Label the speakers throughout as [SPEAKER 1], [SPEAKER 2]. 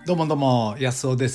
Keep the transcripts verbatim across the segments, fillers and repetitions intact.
[SPEAKER 1] どうもどうも、安尾です。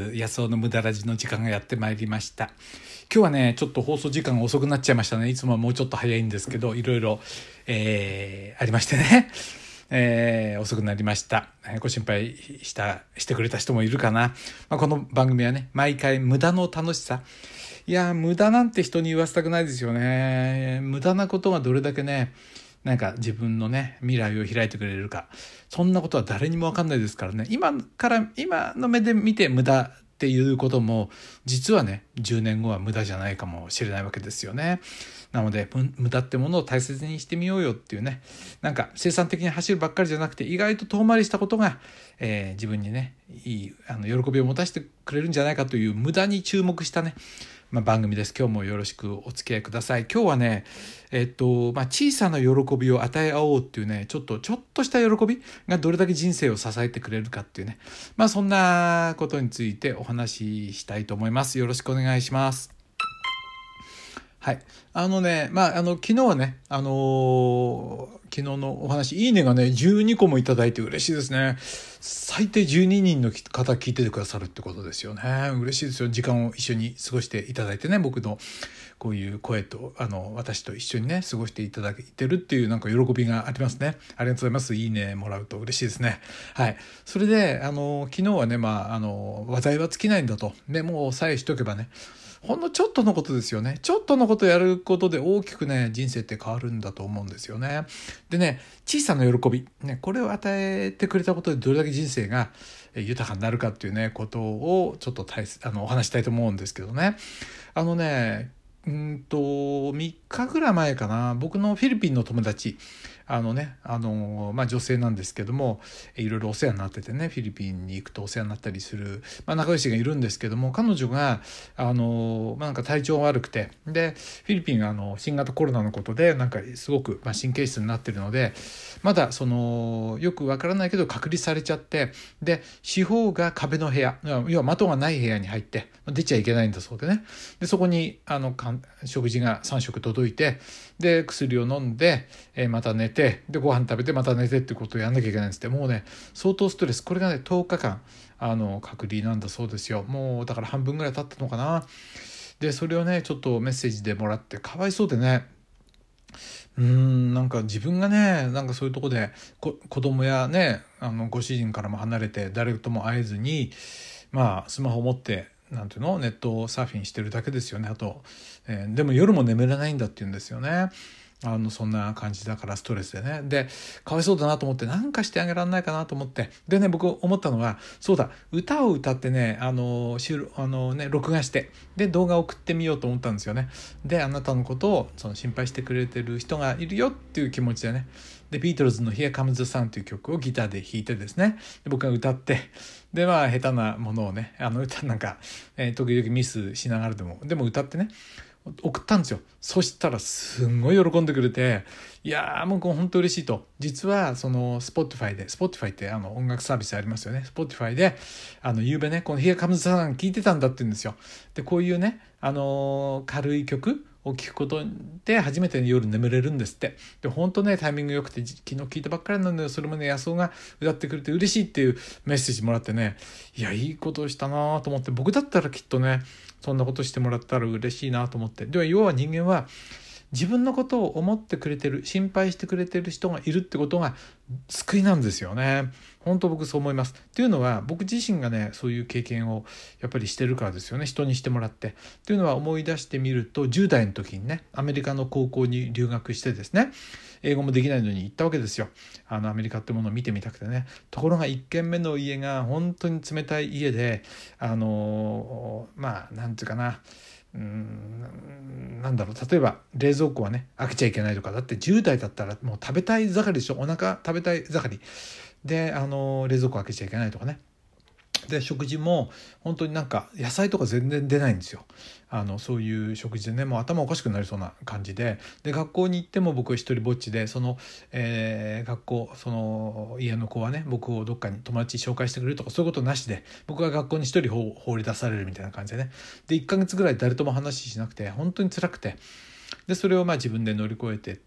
[SPEAKER 1] 安尾の無駄ラジの時間がやってまいりました。今日はね、ちょっと放送時間が遅くなっちゃいましたね。いつもはもうちょっと早いんですけど、いろいろ、えー、ありましてね。えー、遅くなりました。ご心配した、してくれた人もいるかな。まあ、この番組はね、毎回無駄の楽しさ。いや、無駄なんて人に言わせたくないですよね。無駄なことがどれだけね、なんか自分のね未来を開いてくれるか、そんなことは誰にも分かんないですからね。今から今の目で見て無駄っていうことも実はねじゅうねんごは無駄じゃないかもしれないわけですよね。なので無駄ってものを大切にしてみようよっていうね、なんか生産的に走るばっかりじゃなくて意外と遠回りしたことが、えー、自分にねいいあの喜びを持たせてくれるんじゃないかという無駄に注目したね、まあ、番組です。今日もよろしくお付き合いください。今日はね、えっとまあ、小さな喜びを与え合おうっていうね、ちょっとちょっとした喜びがどれだけ人生を支えてくれるかっていうね、まあそんなことについてお話ししたいと思います。よろしくお願いします。はい。あのね、まあ、あの、昨日はね、あのー昨日のお話、いいねがね、じゅうにこもいただいて嬉しいですね。最低じゅうににんの方聞いててくださるってことですよね。嬉しいですよ。時間を一緒に過ごしていただいてね、僕のこういう声と、あの、私と一緒にね、過ごしていただいてるっていうなんか喜びがありますね。ありがとうございます。いいねもらうと嬉しいですね。はい。それで、あの、昨日はね、まあ、あの、話題は尽きないんだと。で、もうさえしとけばね、ほんのちょっとのことですよね。ちょっとのことやることで大きくね、人生って変わるんだと思うんですよね。でね、小さな喜び、ね、これを与えてくれたことでどれだけ人生が豊かになるかっていうね、ことをちょっと大切、あの、お話したいと思うんですけどね。あのね、うんと、みっかぐらい前かな、僕のフィリピンの友達、あのね、あの、まあ、女性なんですけども、いろいろお世話になっててね、フィリピンに行くとお世話になったりする、まあ、仲良しがいるんですけども、彼女が、あの、まあ、なんか体調悪くて、で、フィリピンがあの、新型コロナのことで、なんかすごく、まあ、神経質になってるので、まだその、よくわからないけど隔離されちゃって、で、四方が壁の部屋、要は窓がない部屋に入って、出ちゃいけないんだそうでね。で、そこに、あの、食事がさん食届いて、で、薬を飲んで、えー、また寝て、で、ご飯食べて、また寝てってことをやんなきゃいけないんですって、もうね、相当ストレス。これがね、とおかかん、あの、隔離なんだそうですよ。もう、だから半分ぐらい経ったのかな。で、それをね、ちょっとメッセージでもらって、かわいそうでね、うーん、なんか自分がね、なんかそういうとこで、こ子供やね、あの、ご主人からも離れて、誰とも会えずに、まあ、スマホを持って、なんていうのネットをサーフィンしてるだけですよね。あと、えーでも夜も眠れないんだって言うんですよね。あのそんな感じだからストレスでね。で、かわいそうだなと思って、なんかしてあげられないかなと思って。でね、僕思ったのは、そうだ、歌を歌ってね、あの、収あのね、録画して、で、動画を送ってみようと思ったんですよね。で、あなたのことをその心配してくれてる人がいるよっていう気持ちでね。で、ビートルズの Here Comes the Sun という曲をギターで弾いてですね、で僕が歌って、で、まあ、下手なものをね、あの歌なんか、えー、時々ミスしながらでも、でも歌ってね、送ったんですよ。そしたらすんごい喜んでくれて、いやーもう本当嬉しいと。実はその Spotify で、Spotify ってあの音楽サービスありますよね。Spotify で、あの、夕べね、この Here Comes the Sun 聞いてたんだって言うんですよ。で、こういうね、あのー軽い曲を聞くことで初めて夜眠れるんですって。で、本当ね、タイミング良くて、昨日聞いたばっかりなんだよ。それもね、安尾が歌ってくれて嬉しいっていうメッセージもらってね、いや、いいことをしたなと思って、僕だったらきっとね、そんなことしてもらったら嬉しいなと思って。では、要は人間は、自分のことを思ってくれてる、心配してくれてる人がいるってことが救いなんですよね。本当僕そう思います。っていうのは僕自身がね、そういう経験をやっぱりしてるからですよね。人にしてもらって。っていうのは思い出してみると、じゅう代の時にね、アメリカの高校に留学してですね、英語もできないのに行ったわけですよ。あのアメリカってものを見てみたくてね。ところがいっ軒目の家が本当に冷たい家で、あのまあなんていうかな、うーんなんだろう、例えば冷蔵庫はね開けちゃいけないとか、だってじゅう代だったらもう食べたい盛りでしょ。お腹食べたい盛りで、あの冷蔵庫開けちゃいけないとかね。で、食事も本当になんか野菜とか全然出ないんですよ。あのそういう食事でね、もう頭おかしくなりそうな感じで、で学校に行っても僕は一人ぼっちで、その、えー学校その家の子はね、僕をどっかに友達紹介してくれるとかそういうことなしで、僕は学校に一人放放り出されるみたいな感じでね。でいっかげつぐらい誰とも話しなくて本当に辛くて、でそれをまあ自分で乗り越えて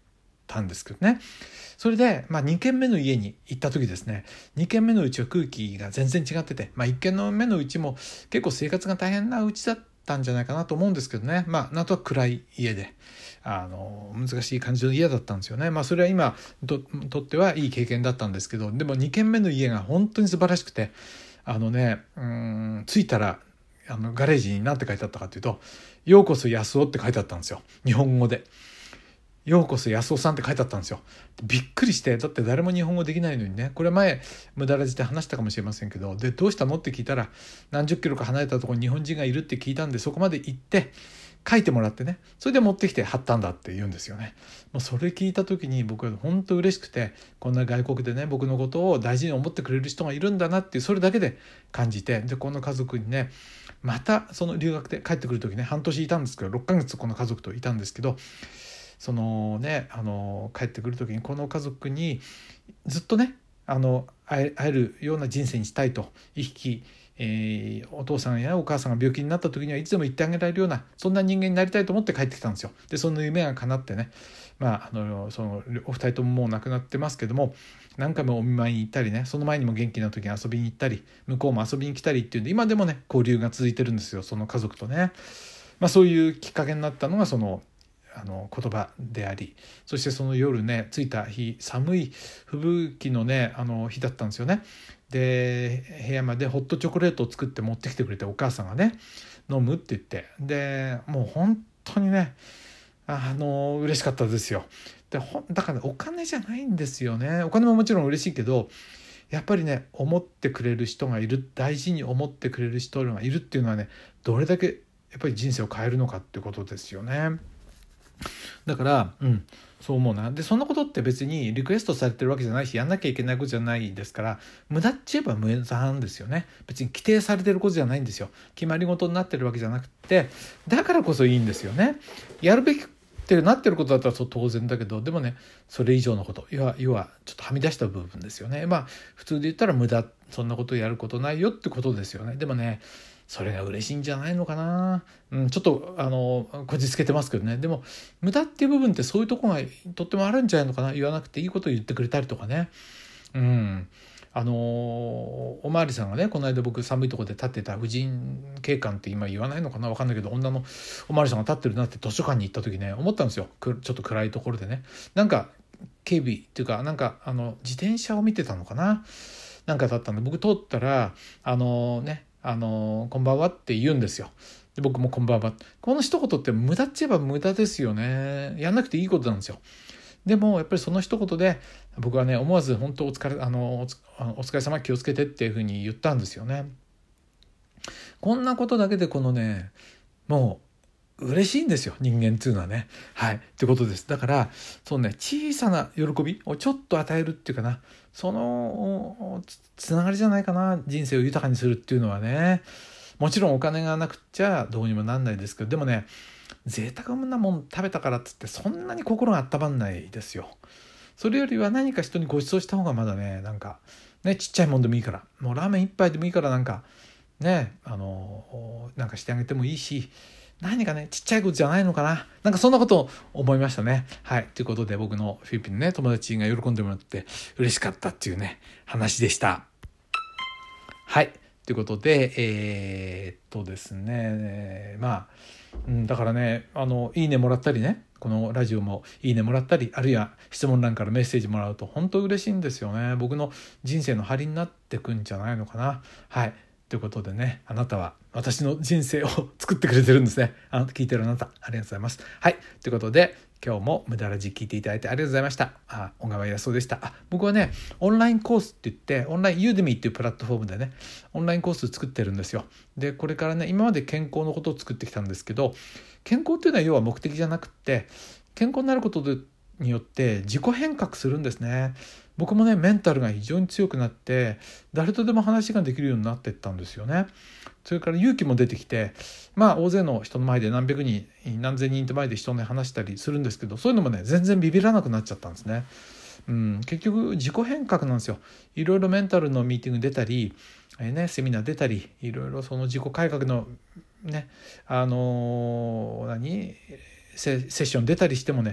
[SPEAKER 1] たんですけどね。それで、まあ、にけんめの家に行った時ですね、にけんめのうちは空気が全然違ってて、まあ、いっけんめのうちも結構生活が大変なうちだったんじゃないかなと思うんですけどね。まあ、なんとなく暗い家で、あの難しい感じの家だったんですよね。まあ、それは今ととってはいい経験だったんですけど、でもにけんめの家が本当に素晴らしくて、あのね、うーん着いたらあのガレージに何て書いてあったかというと、ようこそ安尾って書いてあったんですよ、日本語で。ようこそ安尾さんって書いてあったんですよ。びっくりして、だって誰も日本語できないのにね、これ前無駄ラジで話したかもしれませんけど、でどうしたのって聞いたら、何十キロか離れたところに日本人がいるって聞いたんで、そこまで行って書いてもらってね、それで持ってきて貼ったんだって言うんですよね。もうそれ聞いた時に僕は本当嬉しくて、こんな外国でね僕のことを大事に思ってくれる人がいるんだなっていう、それだけで感じて、でこの家族にね、またその留学で帰ってくる時ね、半年いたんですけど、ろっかげつこの家族といたんですけど、そのねあの帰ってくる時にこの家族にずっとねあの会え、会えるような人生にしたいと、意識、えー、お父さんやお母さんが病気になった時にはいつでも言ってあげられるような、そんな人間になりたいと思って帰ってきたんですよ。でその夢が叶ってね、まあ、あのそのお二人とももう亡くなってますけども、何回もお見舞いに行ったりね、その前にも元気な時に遊びに行ったり、向こうも遊びに来たりっていうんで、今でもね交流が続いてるんですよ、その家族とね。まあ、そういうきっかけになったのがそのあの言葉であり、そしてその夜ね着いた日、寒い吹雪のねあの日だったんですよね。で部屋までホットチョコレートを作って持ってきてくれて、お母さんがね飲むって言って、でもう本当にねあの嬉しかったですよ。でだから、ね、お金じゃないんですよね。お金ももちろん嬉しいけど、やっぱりね思ってくれる人がいる、大事に思ってくれる人がいるっていうのはね、どれだけやっぱり人生を変えるのかってことですよね。だから、うん、そう思うな。でそんなことって別にリクエストされてるわけじゃないし、やんなきゃいけないことじゃないですから、無駄っち言えば無駄なんですよね。別に規定されてることじゃないんですよ。決まり事になってるわけじゃなくて、だからこそいいんですよね。やるべきってなってることだったら当然だけど、でもねそれ以上のこと、要は要はちょっとはみ出した部分ですよね。まあ普通で言ったら無駄、そんなことやることないよってことですよね。でもねそれが嬉しいんじゃないのかな、うん、ちょっとあのこじつけてますけどね。でも無駄っていう部分ってそういうとこがとってもあるんじゃないのかな。言わなくていいことを言ってくれたりとかね。うんあのおまわりさんがね、この間僕寒いところで立ってた婦人警官って今言わないのかな、分かんないけど、女のおまわりさんが立ってるなって図書館に行った時ね思ったんですよ。ちょっと暗いところでね、なんか警備っていうか、なんかあの自転車を見てたのかな、なんかだったんで、僕通ったらあのねあのこんばんはって言うんですよ。で僕もこんばんは。この一言って無駄っちゃえば無駄ですよね。やんなくていいことなんですよ。でもやっぱりその一言で僕はね思わず本当お疲れあのお疲れ様気をつけてっていうふうに言ったんですよね。こんなことだけでこのねもう嬉しいんですよ、人間っていうのはね。はいってことです。だからそうね、小さな喜びをちょっと与えるっていうかな、そのつながりじゃないかな、人生を豊かにするっていうのはね。もちろんお金がなくちゃどうにもなんないですけど、でもね贅沢なもん食べたからっつってそんなに心が温まんないですよ。それよりは何か人にご馳走した方がまだね、なんかねちっちゃいもんでもいいから、もうラーメン一杯でもいいから、なんかねあのなんかしてあげてもいいし、何かねちっちゃいことじゃないのかな、なんかそんなことを思いましたね。はいということで、僕のフィリピンのね友達が喜んでもらって嬉しかったっていうね話でした。はいということでえー、っとですねまあ、うん、だからねあのいいねもらったりね、このラジオもいいねもらったり、あるいは質問欄からメッセージもらうと本当嬉しいんですよね。僕の人生の張りになってくんじゃないのかな。はいということでね、あなたは私の人生を作ってくれてるんですね。あなた聞いてるあなたありがとうございます。はいということで今日も無駄ラジ聞いていただいてありがとうございました。あ、小川康夫でした。あ、僕はねオンラインコースって言って、オンラインユーデミーっていうプラットフォームでねオンラインコース作ってるんですよ。でこれからね今まで健康のことを作ってきたんですけど、健康っていうのは要は目的じゃなくて、健康になることによって自己変革するんですね。僕もねメンタルが非常に強くなって誰とでも話ができるようになっていったんですよね。それから勇気も出てきて、まあ大勢の人の前で何百人何千人って前で人に話したりするんですけど、そういうのもね全然ビビらなくなっちゃったんですね。うん、結局自己変革なんですよ。いろいろメンタルのミーティング出たり、えーね、セミナー出たり、いろいろその自己改革のねあのー、何セセッション出たりしてもね、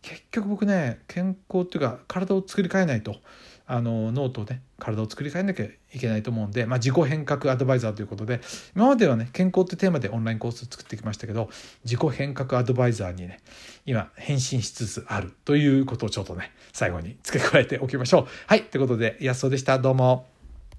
[SPEAKER 1] 結局僕ね、健康っていうか体を作り変えないと、あの脳とね体を作り変えなきゃいけないと思うんで、まあ、自己変革アドバイザーということで、今まではね健康ってテーマでオンラインコースを作ってきましたけど、自己変革アドバイザーにね今変身しつつあるということをちょっとね最後に付け加えておきましょう。はい、ということで安尾でした。どうも。